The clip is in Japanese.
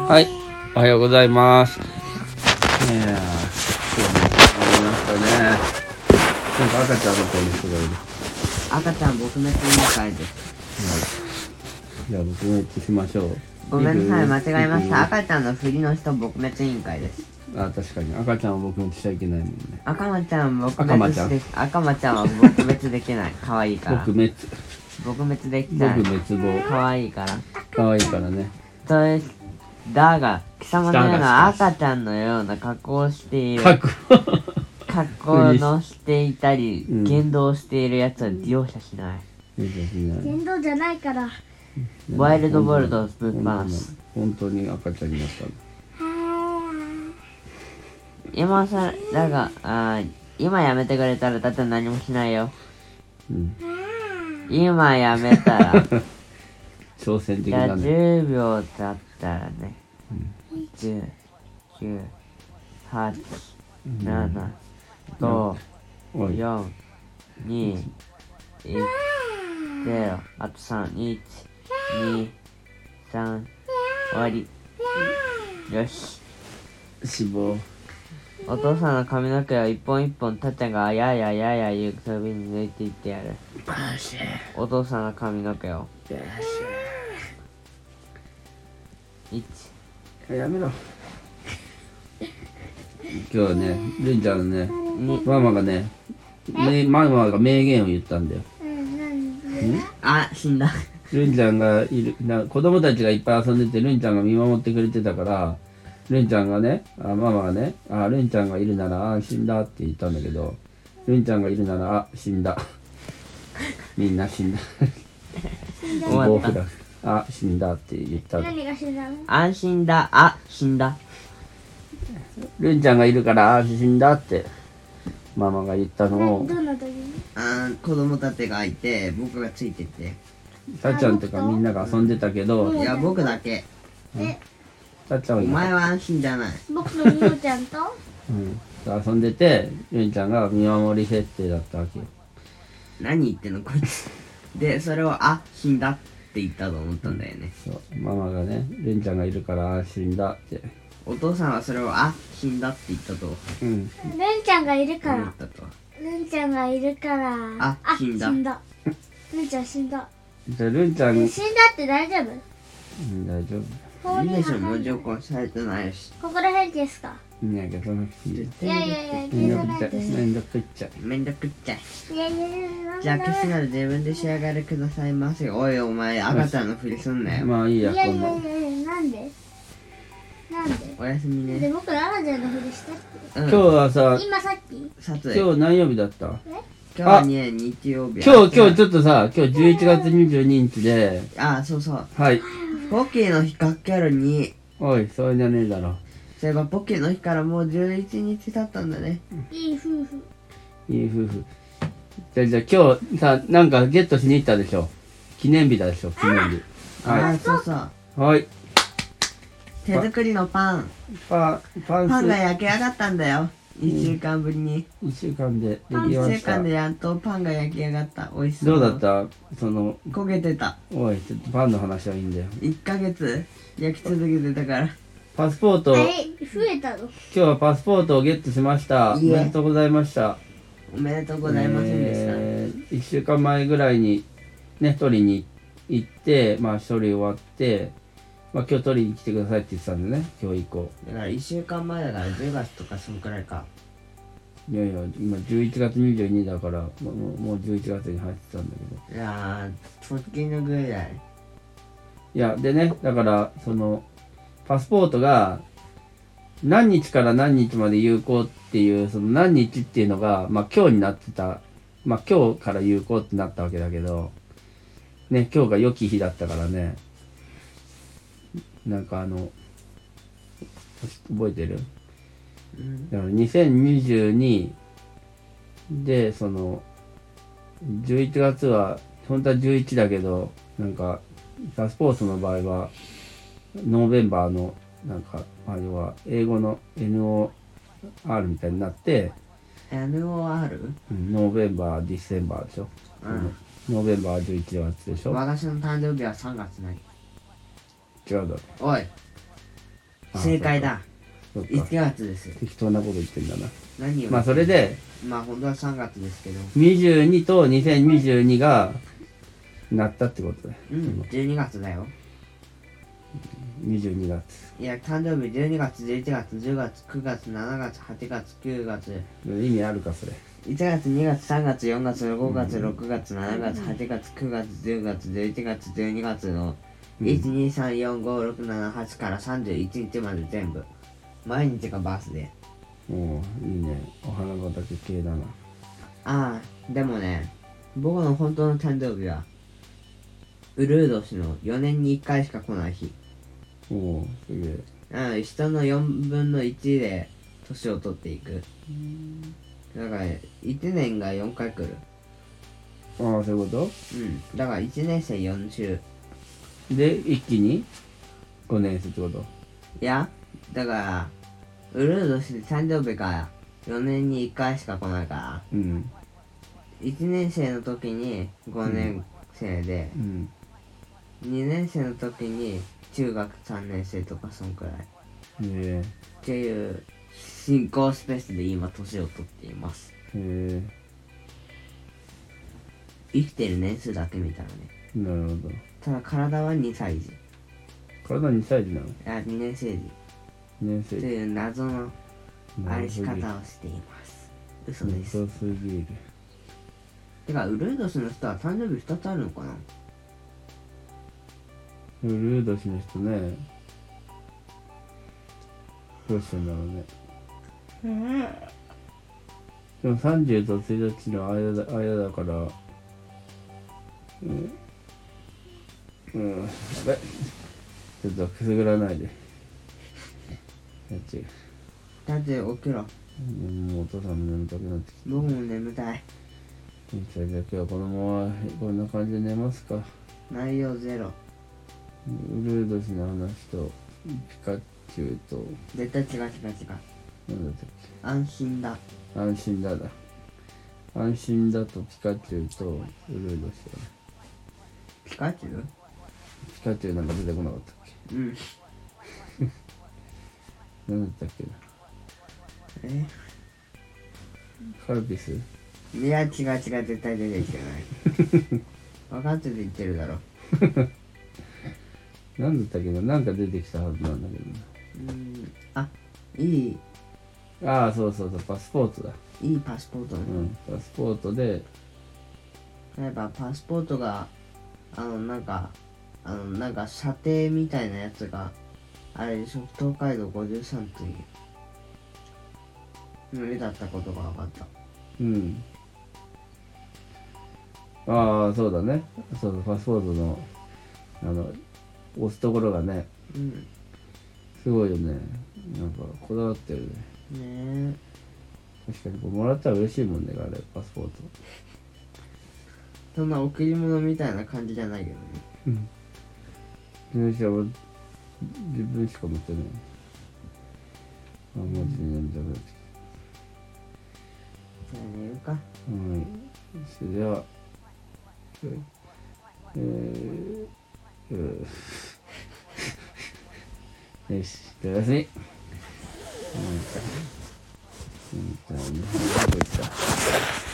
はい、おはようございます。いやー、今日も始まりましたね。なんか赤ちゃんの子に人がいる。 赤ちゃん撲滅委員会です。 じゃあ撲滅しましょう。 ごめんなさい、間違えました。赤ちゃんのふりの人撲滅委員会です。 あ、確かに赤ちゃんを撲滅しちゃいけないもんね。 赤間ちゃん撲滅して赤間ちゃんは撲滅できない。可愛いから撲滅できない。 撲滅亡。 可愛いから可愛いからね。 だが貴様のような赤ちゃんのような格好をしている格好のしていたり、言動しているやつは容赦しない。 言動じゃないから。 ワイルドボールドをぶっ放す。 本当に赤ちゃんになったの。 今やめてくれたらだって何もしないよ。今やめたら挑戦的じゃあだね。 10秒経ったらね、10、9、8、7、5、4、2、1、0、あと3、1、2、3、終わり。よし。 死亡。 お父さんの髪の毛を一本一本たっちゃんがやや言うたびに抜いていってやる。お父さんの髪の毛を1 やめろ。今日はね、ルンちゃんのね、ママが名言を言ったんだよ。 あ、死んだ。 ルンちゃんが子供たちがいっぱい遊んでて、ルンちゃんが見守ってくれてたから、ルンちゃんがね、ママがね、ルンちゃんがいるなら、死んだって言ったんだけど、ルンちゃんがいるなら、死んだ。みんな死んだ。 終わった。 死んだって言った。 何が死んだの？ 安心だ。死んだ。 ルンちゃんがいるから、死んだってママが言ったのを。 どんな時に？ 子供たちがいて、僕がついてて。 たっちゃんとかみんなが遊んでたけど、 いや、僕だけ。 たっちゃんはお前は安心じゃない。 僕とみおちゃんと遊んでて、ルンちゃんが見守り設定だったわけよ。 何言ってんのこいつ。で、それを死んだって言ったと思ったんだよね。 そう、ママがね、ルンちゃんがいるから死んだって。 お父さんはそれを死んだって言ったとルンちゃんがいるから思ったと。 ルンちゃんがいるから死んだ。 ルンちゃん死んだ。 じゃあルンちゃん死んだって大丈夫？ 大丈夫。 いいでしょ、文字起こされてないし。 ここら辺ですか？ いやけどね。 いやめんどくちゃい。 めんどくっちゃい。じゃあ消すなら自分で仕上がりくださいませ。おいお前赤ちゃんのふりすんなよ。 まあいいや、こんな。 なんでおやすみでね。 僕赤ちゃんのふりしたって。 今日はさ、 今さっき撮影。 今日何曜日だった？ 今日はね、日曜日。 今日ちょっとさ、今日11月22日で、 そうそう。 はい。 ポッキーの日かけるに、 おい、そうじゃねえだろ。 そういえばポッキーの日からもう11日経ったんだね。 いい夫婦。 いい夫婦。じゃあ今日さ、なんかゲットしに行ったでしょ。記念日だでしょ、記念日。 そうそう。 はい。 手作りのパンパンが焼き上がったんだよ。1週間ぶりに。 1週間でできま 1週した。 間でやっとパンが焼き上がった。美味しそう。 どうだった？ 焦げてた。 おい、ちょっとパンの話はいいんだよ。 1ヶ月焼き続けてたから。 パスポート、 増えたの？ 今日はパスポートをゲットしました。おめでとうございました。 おめでとうございませんでした。 1週間前ぐらいにね、取りに行って、処理終わって、今日取りに来てくださいって言ってたんでね、今日以降。 だから1週間前だから10月とかそのくらいか。 いやいや、今11月22だから、もう11月に入ってたんだけど。 いやー、直近のぐらい。 いや、でね、だから、パスポートが、何日から何日まで有効っていう、何日っていうのが、今日になってた、今日から有効ってなったわけだけど、ね、今日が良き日だったからね、なんか覚えてる？だから2022で、11月は、本当は11だけど、なんか、パスポートの場合は、ノーベンバーの、なんか、要は、英語の NOR みたいになって、 NOR？ ノーベンバー、ディセンバーでしょ。ノーベンバー11月でしょ。 私の誕生日は3月何？ 違うだろ。 おい、 正解だ。 そっか。 1月です。 適当なこと言ってんだな。 何をまあそれで、 まあ本当は3月ですけど。 22と2022がなったってことだよ。 うん12月だよ。 22月。 いや誕生日12月11月10月9月7月8月9月意味あるかそれ。 1月2月3月4月5月6月7月8月9月10月11月12月の1234567から31日まで全部毎日がバースデー。 おーいいね。お花畑系だな。 ああでもね、僕の本当の誕生日はウルー年の4年に1回しか来ない日。 おおすげえ。 人の4分の1で年を取っていく。だから1年が4回来る。 ああそういうこうんだから1年生4週。 とで一気に5年生ってこと。 いやだからウルー年で誕生日が4年に1回しか来ないからうん 1年生の時に5年生で、 うん 2年生の時に中学3年生とかそんくらいへっていう進行スペースで今年を取っています。 え生きてる年数だけ見たらね。 なるほど。 ただ体は2歳児。 体2歳児なの。 2年生児 2年生児。 という謎の愛し方をしています。嘘です。 謎すぎる。 てかウルードスの人は誕生日2つあるのかな。 ウルー年の人ね、どうしてんだろうね。でも30と1日の間だから、やべ、ちょっとくすぐらないで。やっちだって起きろ。 もうお父さんも眠たくなってき僕も眠たい。 て。じゃあ今日はこのままこんな感じで寝ますか。 内容ゼロ。 ウルー年の話とピカチュウと絶対違う。 なんだったっ安心だ。 け。安心だ。安心だとピカチュウとウルー年だね。 ピカチュウ？ ピカチュウなんか出てこなかったっけ。 うん。 なんだったっけな。カルピス。 いや違う絶対出てきてない分かってて言ってるだろ。 なんだったっけな。なんか出てきたはずなんだけどあいいな。ああそうパスポートだ。 いいパスポートね。 パスポートで例えばパスポートがなんか射程みたいなやつがあれでしょ。東海道53っていう無理だったことが分かった。 ああそうだね。そうパスポートの押すところがねすごいよね。なんかこだわってるね。 ね確かにこうもらったら嬉しいもんね。あれパスポート。 そんな贈り物みたいな感じじゃないけどね。 自分しか持ってない。あ、マジで眠たくなってきじゃあ寝るか。 た。それではよし、おやすみ。どこ行った